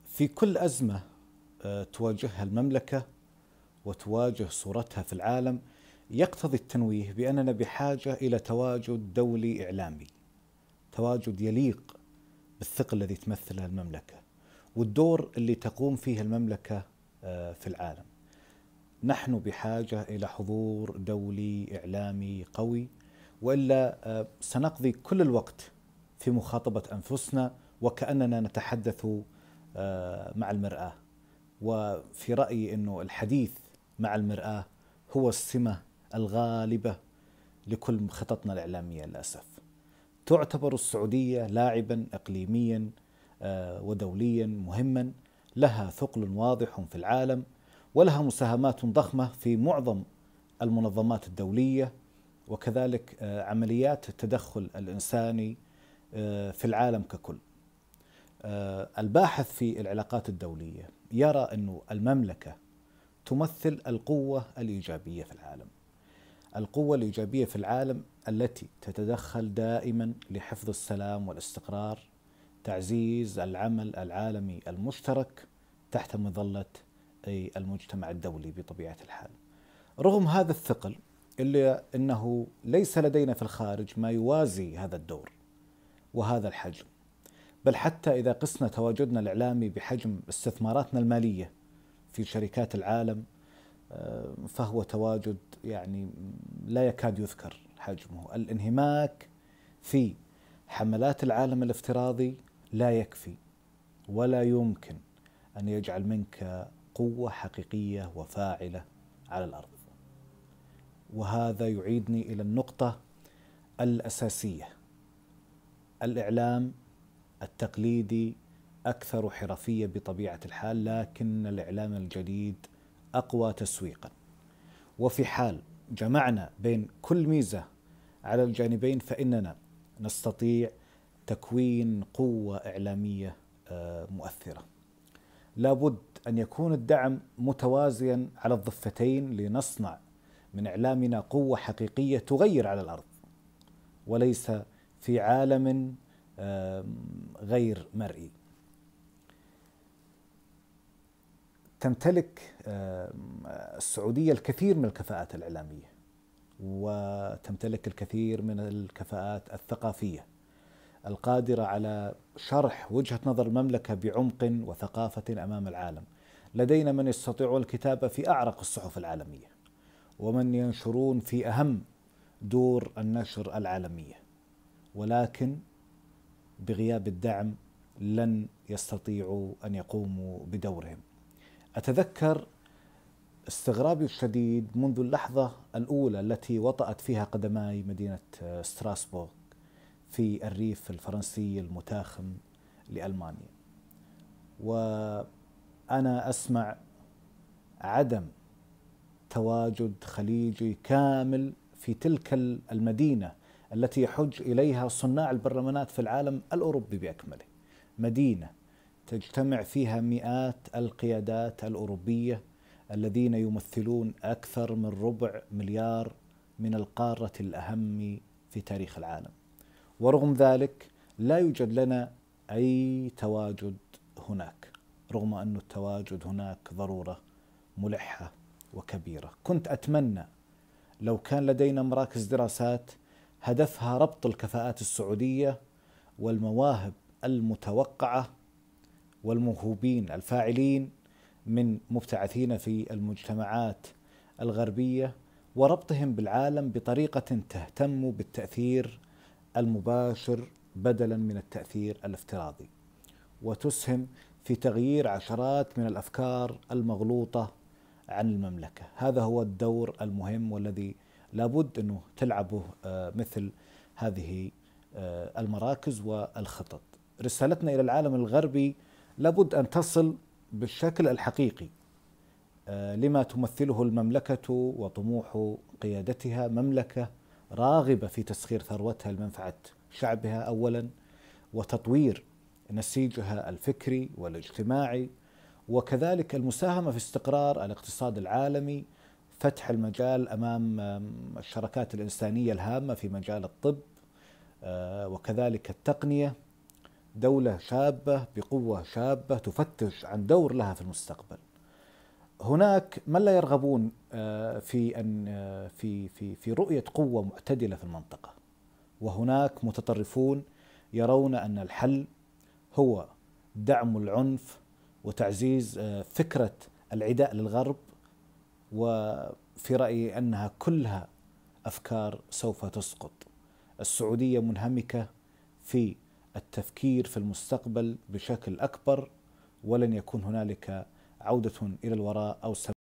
في كل أزمة تواجهها المملكة وتواجه صورتها في العالم، يقتضي التنويه بأننا بحاجة إلى تواجد دولي إعلامي، تواجد يليق بالثقل الذي تمثله المملكة والدور اللي تقوم فيه المملكة في العالم. نحن بحاجة إلى حضور دولي إعلامي قوي، وإلا سنقضي كل الوقت في مخاطبة أنفسنا وكأننا نتحدث مع المرآة. وفي رأيي أنه الحديث مع المرآة هو السمة الغالبة لكل خططنا الإعلامية. للأسف تعتبر السعودية لاعبا إقليميا ودوليا مهما، لها ثقل واضح في العالم ولها مساهمات ضخمة في معظم المنظمات الدولية، وكذلك عمليات التدخل الإنساني في العالم ككل. الباحث في العلاقات الدولية يرى أن المملكة تمثل القوة الإيجابية في العالم، القوة الإيجابية في العالم التي تتدخل دائما لحفظ السلام والاستقرار، تعزيز العمل العالمي المشترك تحت مظلة المجتمع الدولي بطبيعة الحال. رغم هذا الثقل إلا أنه ليس لدينا في الخارج ما يوازي هذا الدور وهذا الحجم، بل حتى إذا قسنا تواجدنا الإعلامي بحجم استثماراتنا المالية في شركات العالم فهو تواجد يعني لا يكاد يذكر حجمه. الانهماك في حملات العالم الافتراضي لا يكفي ولا يمكن أن يجعل منك قوة حقيقية وفاعلة على الأرض. وهذا يعيدني إلى النقطة الأساسية: الإعلام التقليدي أكثر حرفية بطبيعة الحال، لكن الإعلام الجديد أقوى تسويقا. وفي حال جمعنا بين كل ميزة على الجانبين فإننا نستطيع تكوين قوة إعلامية مؤثرة. لابد أن يكون الدعم متوازيا على الضفتين لنصنع من إعلامنا قوة حقيقية تغير على الأرض، وليس في عالم غير مرئي. تمتلك السعودية الكثير من الكفاءات الإعلامية، وتمتلك الكثير من الكفاءات الثقافية القادرة على شرح وجهة نظر المملكة بعمق وثقافة أمام العالم. لدينا من يستطيعون الكتابة في أعرق الصحف العالمية، ومن ينشرون في أهم دور النشر العالمية، ولكن بغياب الدعم لن يستطيعوا أن يقوموا بدورهم. أتذكر استغرابي الشديد منذ اللحظة الأولى التي وطأت فيها قدماي مدينة ستراسبورغ في الريف الفرنسي المتاخم لألمانيا، وأنا أسمع عدم تواجد خليجي كامل في تلك المدينة التي يحج إليها صناع البرلمانات في العالم الأوروبي بأكمله، مدينة تجتمع فيها مئات القيادات الأوروبية الذين يمثلون أكثر من 250 من القارة الأهم في تاريخ العالم. ورغم ذلك لا يوجد لنا أي تواجد هناك، رغم أن التواجد هناك ضرورة ملحة وكبيرة. كنت أتمنى لو كان لدينا مراكز دراسات هدفها ربط الكفاءات السعودية والمواهب المتوقعة والموهوبين الفاعلين من مبتعثين في المجتمعات الغربية، وربطهم بالعالم بطريقة تهتم بالتأثير المباشر بدلا من التأثير الافتراضي، وتسهم في تغيير عشرات من الأفكار المغلوطة عن المملكة. هذا هو الدور المهم والذي لابد أنه تلعبه مثل هذه المراكز والخطط. رسالتنا إلى العالم الغربي لابد أن تصل بالشكل الحقيقي لما تمثله المملكة وطموح قيادتها، مملكة راغبة في تسخير ثروتها لمنفعة شعبها أولا، وتطوير نسيجها الفكري والاجتماعي، وكذلك المساهمة في استقرار الاقتصاد العالمي، فتح المجال أمام الشراكات الإنسانية الهامة في مجال الطب وكذلك التقنية، دولة شابة بقوة شابة تفتش عن دور لها في المستقبل. هناك من لا يرغبون في أن في رؤية قوة معتدلة في المنطقة، وهناك متطرفون يرون أن الحل هو دعم العنف وتعزيز فكرة العداء للغرب، وفي رأيي أنها كلها أفكار سوف تسقط. السعودية منهمكة في التفكير في المستقبل بشكل أكبر، ولن يكون هنالك عودة إلى الوراء أو